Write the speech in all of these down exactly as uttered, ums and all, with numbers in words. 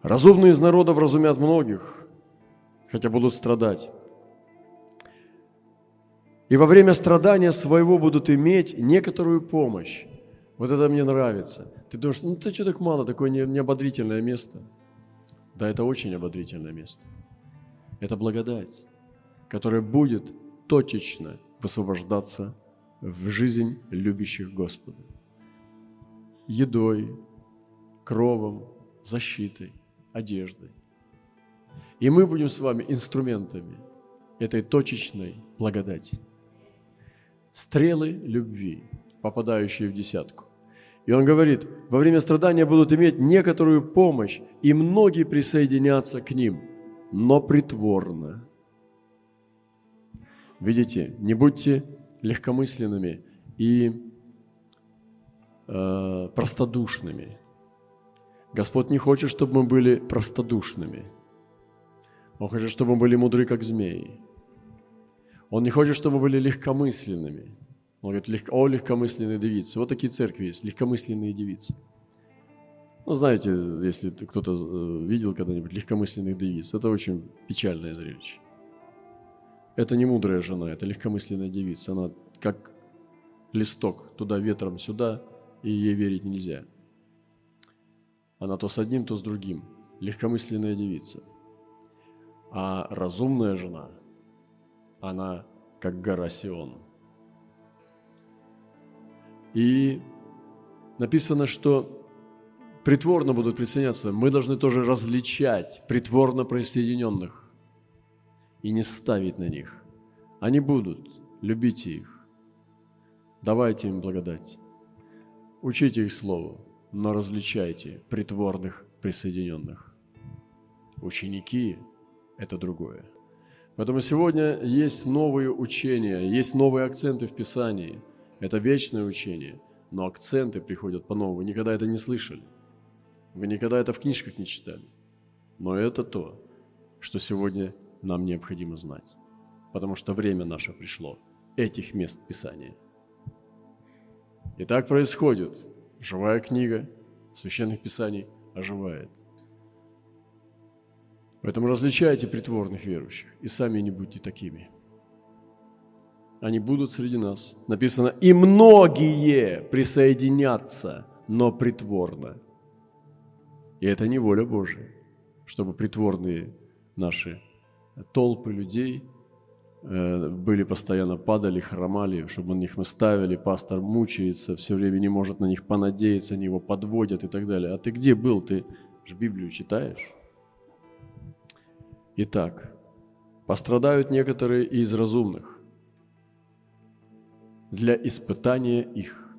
Разумные из народа вразумят многих, хотя будут страдать. И во время страдания своего будут иметь некоторую помощь. Вот это мне нравится. Ты думаешь, ну ты что так мало, такое неободрительное место. Да, это очень ободрительное место. Это благодать, которая будет точечно высвобождаться в жизнь любящих Господа. Едой, кровом, защитой, одеждой. И мы будем с вами инструментами этой точечной благодати. Стрелы любви, попадающие в десятку. И он говорит, во время страдания будут иметь некоторую помощь, и многие присоединятся к ним, но притворно. Видите, не будьте легкомысленными и э, простодушными. Господь не хочет, чтобы мы были простодушными. Он хочет, чтобы мы были мудры, как змеи. Он не хочет, чтобы мы были легкомысленными. Он говорит, лег... о, легкомысленные девицы. Вот такие церкви есть, легкомысленные девицы. Ну, знаете, если кто-то видел когда-нибудь легкомысленных девиц, это очень печальное зрелище. Это не мудрая жена, это легкомысленная девица. Она как листок, туда ветром, сюда, и ей верить нельзя. Она то с одним, то с другим. Легкомысленная девица. А разумная жена, она как гора Сион. И написано, что притворно будут присоединяться. Мы должны тоже различать притворно присоединенных и не ставить на них. Они будут, любите их, давайте им благодать, учите их слову, но различайте притворных присоединенных. Ученики – это другое. Поэтому сегодня есть новые учения, есть новые акценты в Писании. Это вечное учение, но акценты приходят по-новому. Вы никогда это не слышали. Вы никогда это в книжках не читали. Но это то, что сегодня нам необходимо знать. Потому что время наше пришло, этих мест Писания. И так происходит. Живая книга Священных Писаний оживает. Поэтому различайте притворных верующих и сами не будьте такими. Они будут среди нас. Написано, и многие присоединятся, но притворно. И это не воля Божия, чтобы притворные наши толпы людей были постоянно, падали, хромали, чтобы на них мы ставили, пастор мучается, все время не может на них понадеяться, они его подводят и так далее. А ты где был? Ты же Библию читаешь? Итак, пострадают некоторые из разумных для испытания их,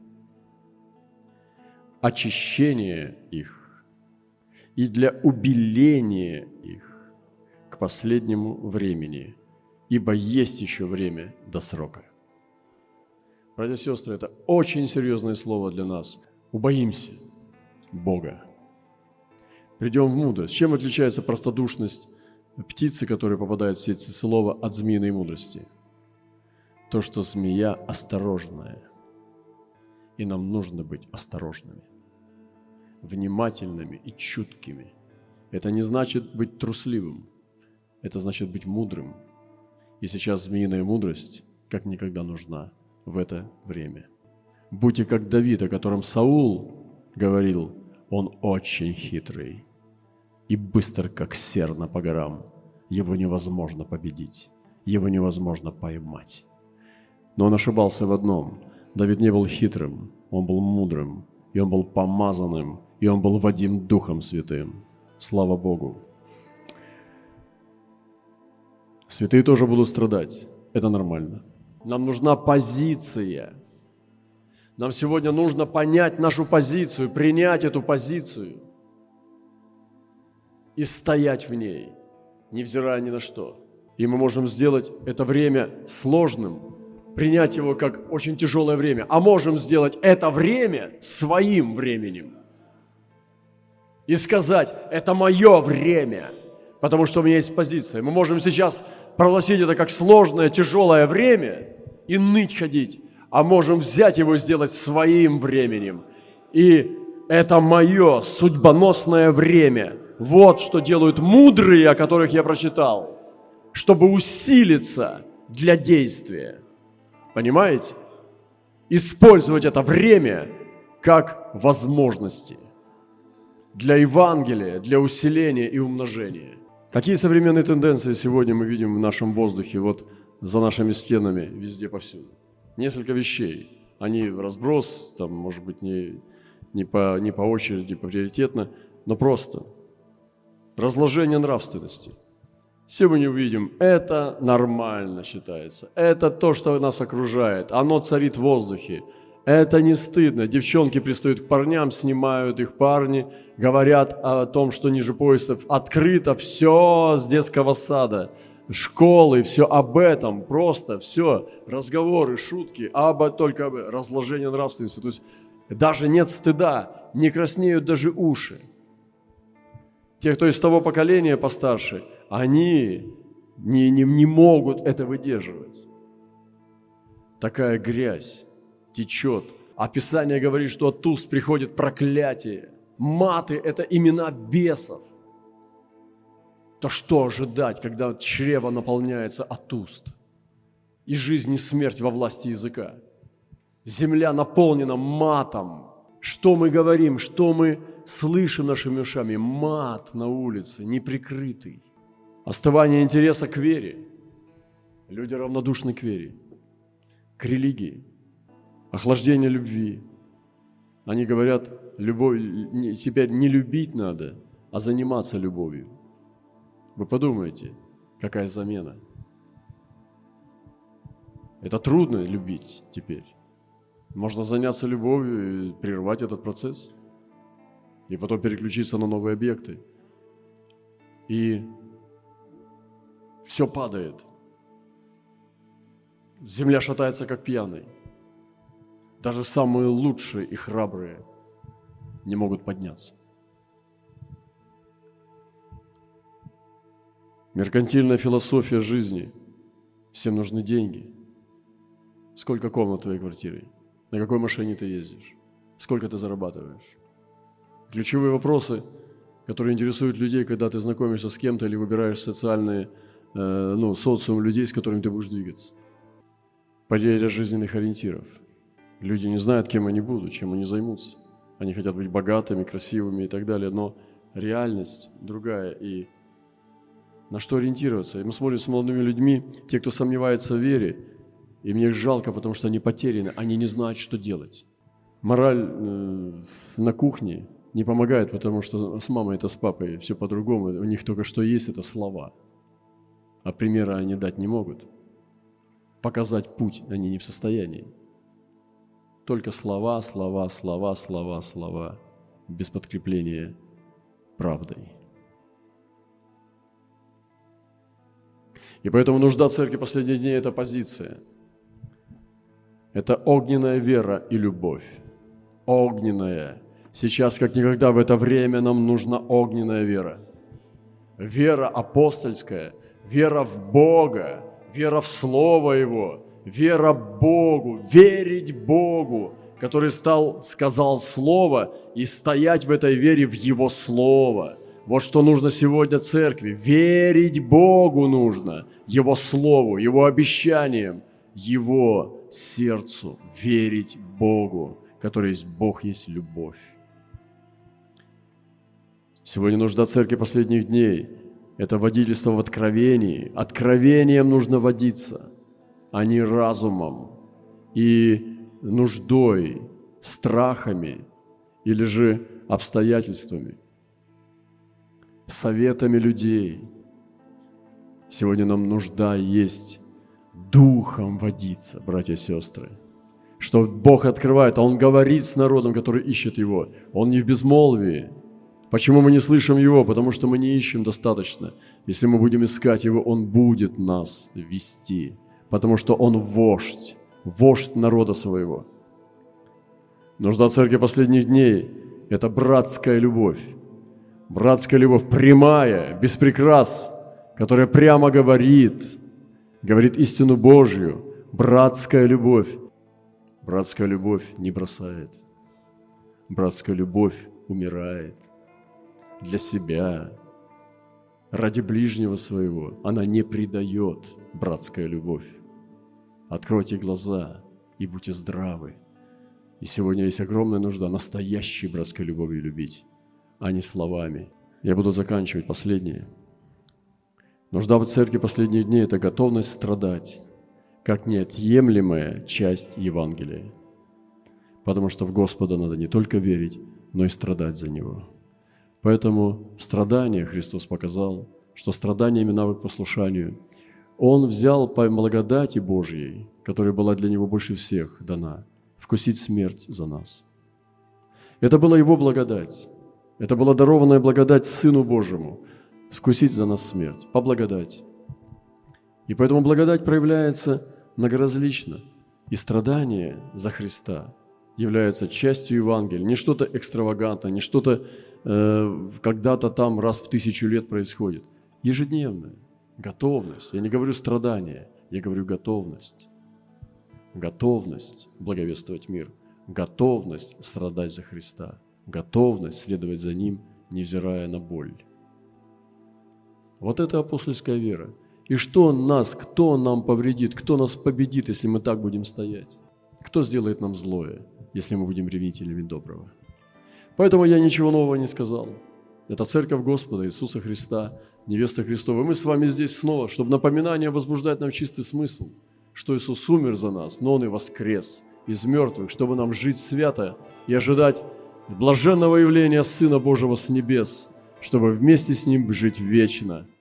очищения их и для убеления их к последнему времени, ибо есть еще время до срока. Братья и сестры, это очень серьезное слово для нас. Убоимся Бога. Придем в мудрость. Чем отличается простодушность птицы, которые попадают в сеть слова, от змеиной мудрости? То, что змея осторожная, и нам нужно быть осторожными, внимательными и чуткими. Это не значит быть трусливым, это значит быть мудрым. И сейчас змеиная мудрость как никогда нужна в это время. Будьте как Давид, о котором Саул говорил, он очень хитрый и быстр, как серна по горам. Его невозможно победить, его невозможно поймать. Но он ошибался в одном. Давид не был хитрым, он был мудрым, и он был помазанным, и он был водим Духом Святым. Слава Богу! Святые тоже будут страдать. Это нормально. Нам нужна позиция. Нам сегодня нужно понять нашу позицию, принять эту позицию и стоять в ней, невзирая ни на что. И мы можем сделать это время сложным, принять его как очень тяжелое время, а можем сделать это время своим временем и сказать, это мое время, потому что у меня есть позиция. Мы можем сейчас прогласить это как сложное, тяжелое время и ныть ходить, а можем взять его и сделать своим временем. И это мое судьбоносное время, Вот что делают мудрые, о которых я прочитал, чтобы усилиться для действия. Понимаете? Использовать это время как возможности для Евангелия, для усиления и умножения. Какие современные тенденции сегодня мы видим в нашем воздухе, вот за нашими стенами, везде, повсюду? Несколько вещей. Они в разброс, там, может быть, не, не, по, не по очереди, приоритетно, но просто разложение нравственности. Сегодня увидим, это нормально считается, это то, что нас окружает, оно царит в воздухе. Это не стыдно. Девчонки пристают к парням, снимают их парни, говорят о том, что ниже поясов открыто все с детского сада, школы, все об этом, просто все, разговоры, шутки, об, только об разложении нравственности. То есть даже нет стыда, не краснеют даже уши. Те, кто из того поколения постарше, они не, не, не могут это выдерживать. Такая грязь течет. А Писание говорит, что от уст приходит проклятие. Маты – это имена бесов. То что ожидать, когда чрево наполняется от уст? И жизнь и смерть во власти языка. Земля наполнена матом. Что мы говорим, что мы слышим нашими ушами? Мат на улице, неприкрытый. Остывание интереса к вере. Люди равнодушны к вере, к религии. Охлаждение любви. Они говорят, любовь, теперь не любить надо, а заниматься любовью. Вы подумайте, какая замена. Это трудно любить теперь. Можно заняться любовью и прервать этот процесс. И потом переключиться на новые объекты. И все падает. Земля шатается, как пьяный. Даже самые лучшие и храбрые не могут подняться. Меркантильная философия жизни. Всем нужны деньги. Сколько комнат в твоей квартире? На какой машине ты ездишь? Сколько ты зарабатываешь? Ключевые вопросы, которые интересуют людей, когда ты знакомишься с кем-то или выбираешь социальные, э, ну, социум людей, с которыми ты будешь двигаться. Потеря жизненных ориентиров. Люди не знают, кем они будут, чем они займутся. Они хотят быть богатыми, красивыми и так далее, но реальность другая. И на что ориентироваться? И мы смотрим с молодыми людьми, те, кто сомневается в вере, и мне их жалко, потому что они потеряны, они не знают, что делать. Мораль э, на кухне не помогает, потому что с мамой это с папой все по-другому. У них только что есть это слова, а примера они дать не могут. Показать путь они не в состоянии. Только слова, слова, слова, слова, слова, без подкрепления правдой. И поэтому нужда церкви последних дней – это позиция. Это огненная вера и любовь. Огненная. Сейчас, как никогда в это время, нам нужна огненная вера. Вера апостольская, вера в Бога, вера в Слово Его, вера Богу, верить Богу, который стал, сказал Слово, и стоять в этой вере в Его Слово. Вот что нужно сегодня церкви. Верить Богу нужно, Его Слову, Его обещаниям, Его сердцу. Верить Богу, который есть Бог, есть любовь. Сегодня нужда церкви последних дней – это водительство в откровении. Откровением нужно водиться, а не разумом и нуждой, страхами или же обстоятельствами, советами людей. Сегодня нам нужда есть духом водиться, братья и сестры. Что Бог открывает, а Он говорит с народом, который ищет Его. Он не в безмолвии. Почему мы не слышим Его? Потому что мы не ищем достаточно. Если мы будем искать Его, Он будет нас вести. Потому что Он вождь, вождь народа своего. Нужда церкви последних дней – это братская любовь. Братская любовь прямая, без прикрас, которая прямо говорит, говорит истину Божью. Братская любовь. Братская любовь не бросает. Братская любовь умирает. для себя, ради ближнего своего. Она не предает братская любовь. Откройте глаза и будьте здравы. И сегодня есть огромная нужда настоящей братской любовью любить, а не словами. Я буду заканчивать последнее. Нужда в церкви последних дней – это готовность страдать, как неотъемлемая часть Евангелия. Потому что в Господа надо не только верить, но и страдать за Него. Поэтому страдания Христос показал, что страданиями навык послушанию. Он взял по благодати Божьей, которая была для Него больше всех дана, вкусить смерть за нас. Это была Его благодать. Это была дарованная благодать Сыну Божьему, вкусить за нас смерть, по благодати. И поэтому благодать проявляется многоразлично. И страдания за Христа являются частью Евангелия. Не что-то экстравагантное, не что-то э, когда-то там раз в тысячу лет происходит. Ежедневная готовность. Я не говорю страдания, я говорю готовность. Готовность благовествовать мир. Готовность страдать за Христа. Готовность следовать за Ним, невзирая на боль. Вот это апостольская вера. И что нас, кто нам повредит, кто нас победит, если мы так будем стоять? Кто сделает нам злое, если мы будем ревнителями доброго? Поэтому я ничего нового не сказал. Это церковь Господа Иисуса Христа, невеста Христова. Мы с вами здесь снова, чтобы напоминание возбуждать нам чистый смысл, что Иисус умер за нас, но Он и воскрес из мертвых, чтобы нам жить свято и ожидать блаженного явления Сына Божьего с небес, чтобы вместе с Ним жить вечно.